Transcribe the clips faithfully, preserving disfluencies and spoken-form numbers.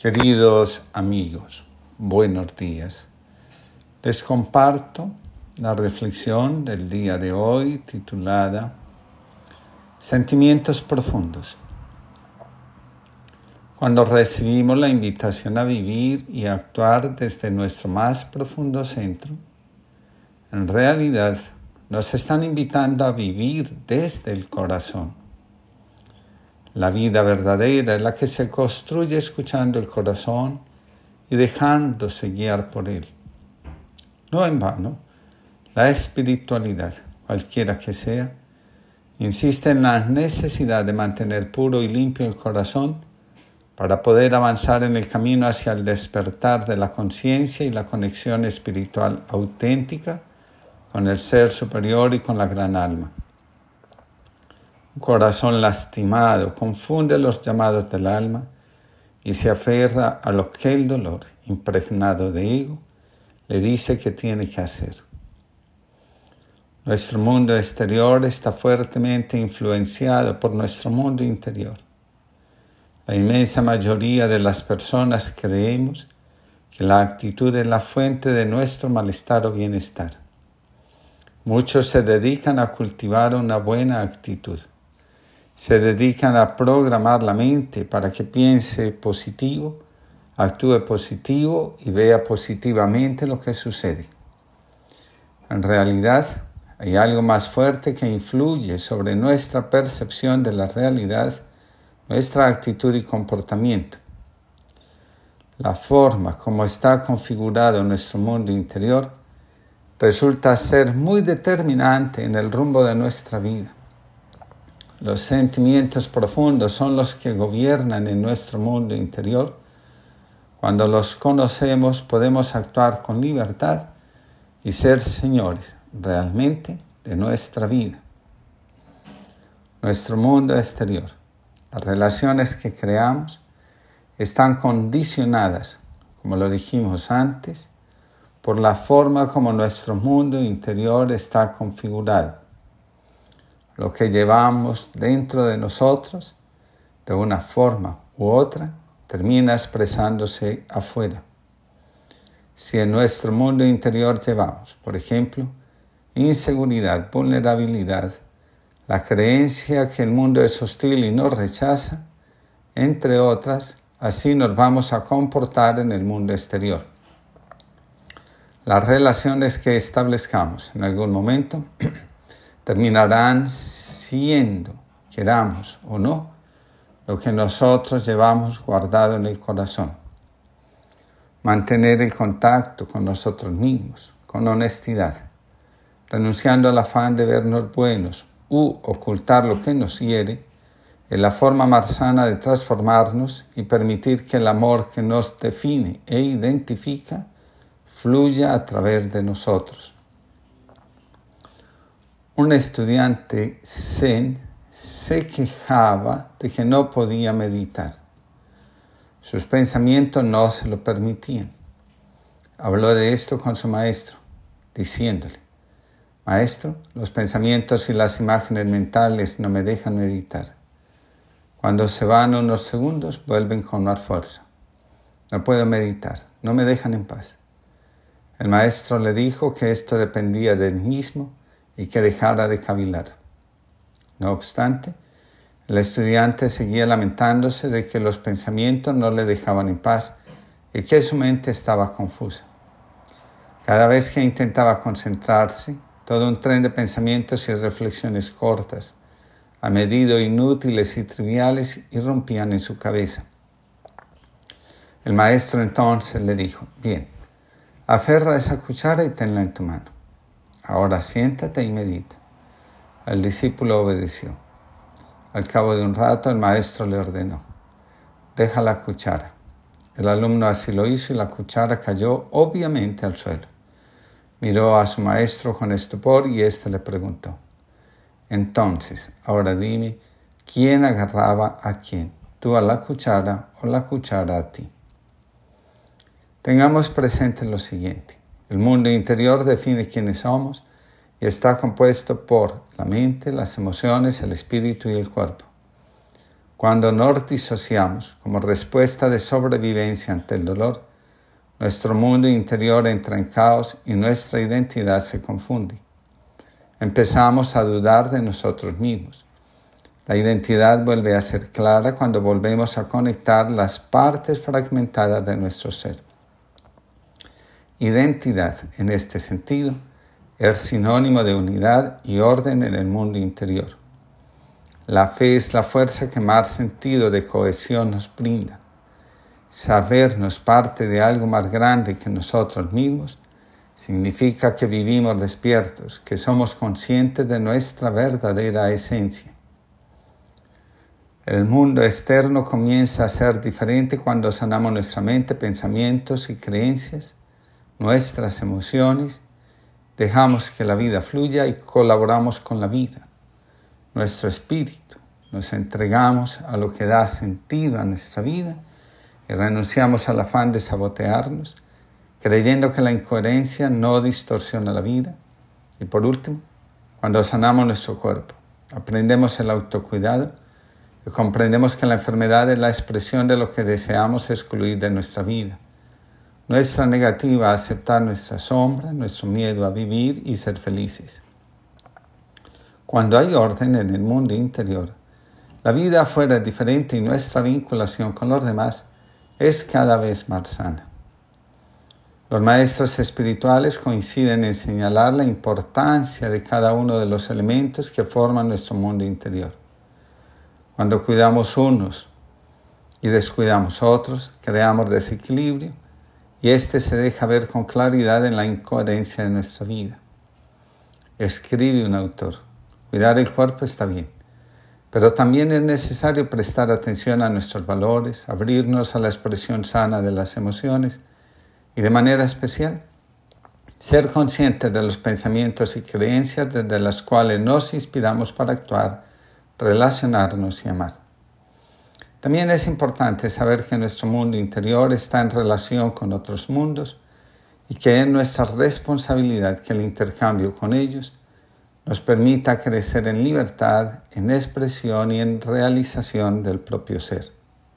Queridos amigos, buenos días. Les comparto la reflexión del día de hoy titulada Sentimientos profundos. Cuando recibimos la invitación a vivir y a actuar desde nuestro más profundo centro, en realidad nos están invitando a vivir desde el corazón. La vida verdadera es la que se construye escuchando el corazón y dejándose guiar por él. No en vano, la espiritualidad, cualquiera que sea, insiste en la necesidad de mantener puro y limpio el corazón para poder avanzar en el camino hacia el despertar de la conciencia y la conexión espiritual auténtica con el ser superior y con la gran alma. Un corazón lastimado confunde los llamados del alma y se aferra a lo que el dolor, impregnado de ego, le dice que tiene que hacer. Nuestro mundo exterior está fuertemente influenciado por nuestro mundo interior. La inmensa mayoría de las personas creemos que la actitud es la fuente de nuestro malestar o bienestar. Muchos se dedican a cultivar una buena actitud. Se dedican a programar la mente para que piense positivo, actúe positivo y vea positivamente lo que sucede. En realidad, hay algo más fuerte que influye sobre nuestra percepción de la realidad, nuestra actitud y comportamiento. La forma como está configurado nuestro mundo interior resulta ser muy determinante en el rumbo de nuestra vida. Los sentimientos profundos son los que gobiernan en nuestro mundo interior. Cuando los conocemos, podemos actuar con libertad y ser señores realmente de nuestra vida. Nuestro mundo exterior, las relaciones que creamos, están condicionadas, como lo dijimos antes, por la forma como nuestro mundo interior está configurado. Lo que llevamos dentro de nosotros, de una forma u otra, termina expresándose afuera. Si en nuestro mundo interior llevamos, por ejemplo, inseguridad, vulnerabilidad, la creencia que el mundo es hostil y nos rechaza, entre otras, así nos vamos a comportar en el mundo exterior. Las relaciones que establezcamos en algún momento terminarán siendo, queramos o no, lo que nosotros llevamos guardado en el corazón. Mantener el contacto con nosotros mismos, con honestidad, renunciando al afán de vernos buenos u ocultar lo que nos hiere, es la forma más sana de transformarnos y permitir que el amor que nos define e identifica fluya a través de nosotros. Un estudiante zen se quejaba de que no podía meditar. Sus pensamientos no se lo permitían. Habló de esto con su maestro, diciéndole: Maestro, los pensamientos y las imágenes mentales no me dejan meditar. Cuando se van unos segundos, vuelven con más fuerza. No puedo meditar, no me dejan en paz. El maestro le dijo que esto dependía de él mismo y que dejara de cavilar. No obstante, el estudiante seguía lamentándose de que los pensamientos no le dejaban en paz y que su mente estaba confusa. Cada vez que intentaba concentrarse, todo un tren de pensamientos y reflexiones cortas, a medida inútiles y triviales, irrumpían en su cabeza. El maestro entonces le dijo: Bien, aferra esa cuchara y tenla en tu mano. Ahora siéntate y medita. El discípulo obedeció. Al cabo de un rato el maestro le ordenó: deja la cuchara. El alumno así lo hizo y la cuchara cayó obviamente al suelo. Miró a su maestro con estupor y éste le preguntó: entonces, ahora dime, ¿quién agarraba a quién? ¿Tú a la cuchara o la cuchara a ti? Tengamos presente lo siguiente. El mundo interior define quiénes somos y está compuesto por la mente, las emociones, el espíritu y el cuerpo. Cuando nos disociamos como respuesta de sobrevivencia ante el dolor, nuestro mundo interior entra en caos y nuestra identidad se confunde. Empezamos a dudar de nosotros mismos. La identidad vuelve a ser clara cuando volvemos a conectar las partes fragmentadas de nuestro ser. Identidad, en este sentido, es sinónimo de unidad y orden en el mundo interior. La fe es la fuerza que más sentido de cohesión nos brinda. Sabernos parte de algo más grande que nosotros mismos significa que vivimos despiertos, que somos conscientes de nuestra verdadera esencia. El mundo externo comienza a ser diferente cuando sanamos nuestra mente, pensamientos y creencias, nuestras emociones, dejamos que la vida fluya y colaboramos con la vida. Nuestro espíritu, nos entregamos a lo que da sentido a nuestra vida y renunciamos al afán de sabotearnos, creyendo que la incoherencia no distorsiona la vida. Y por último, cuando sanamos nuestro cuerpo, aprendemos el autocuidado y comprendemos que la enfermedad es la expresión de lo que deseamos excluir de nuestra vida. Nuestra negativa a aceptar nuestra sombra, nuestro miedo a vivir y ser felices. Cuando hay orden en el mundo interior, la vida afuera es diferente y nuestra vinculación con los demás es cada vez más sana. Los maestros espirituales coinciden en señalar la importancia de cada uno de los elementos que forman nuestro mundo interior. Cuando cuidamos unos y descuidamos otros, creamos desequilibrio y este se deja ver con claridad en la incoherencia de nuestra vida. Escribe un autor: cuidar el cuerpo está bien, pero también es necesario prestar atención a nuestros valores, abrirnos a la expresión sana de las emociones y de manera especial, ser conscientes de los pensamientos y creencias desde las cuales nos inspiramos para actuar, relacionarnos y amar. También es importante saber que nuestro mundo interior está en relación con otros mundos y que es nuestra responsabilidad que el intercambio con ellos nos permita crecer en libertad, en expresión y en realización del propio ser.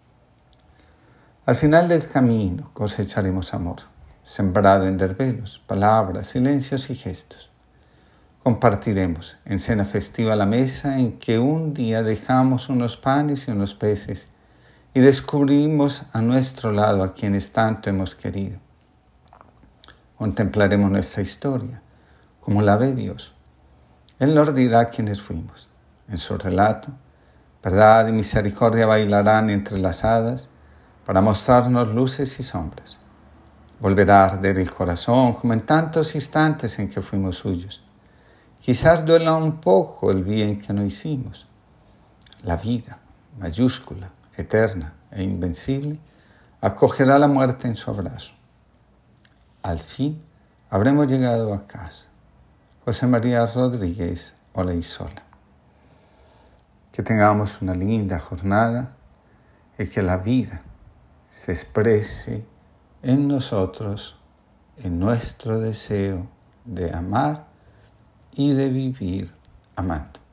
Al final del camino cosecharemos amor, sembrado en desvelos, palabras, silencios y gestos. Compartiremos en cena festiva la mesa en que un día dejamos unos panes y unos peces y descubrimos a nuestro lado a quienes tanto hemos querido. Contemplaremos nuestra historia, como la ve Dios. Él nos dirá quiénes fuimos. En su relato, verdad y misericordia bailarán entrelazadas para mostrarnos luces y sombras. Volverá a arder el corazón como en tantos instantes en que fuimos suyos. Quizás duela un poco el bien que no hicimos. La vida, mayúscula, eterna e invencible, acogerá la muerte en su abrazo. Al fin, habremos llegado a casa. José María Rodríguez Olaizola. Que tengamos una linda jornada y que la vida se exprese en nosotros, en nuestro deseo de amar y de vivir amando.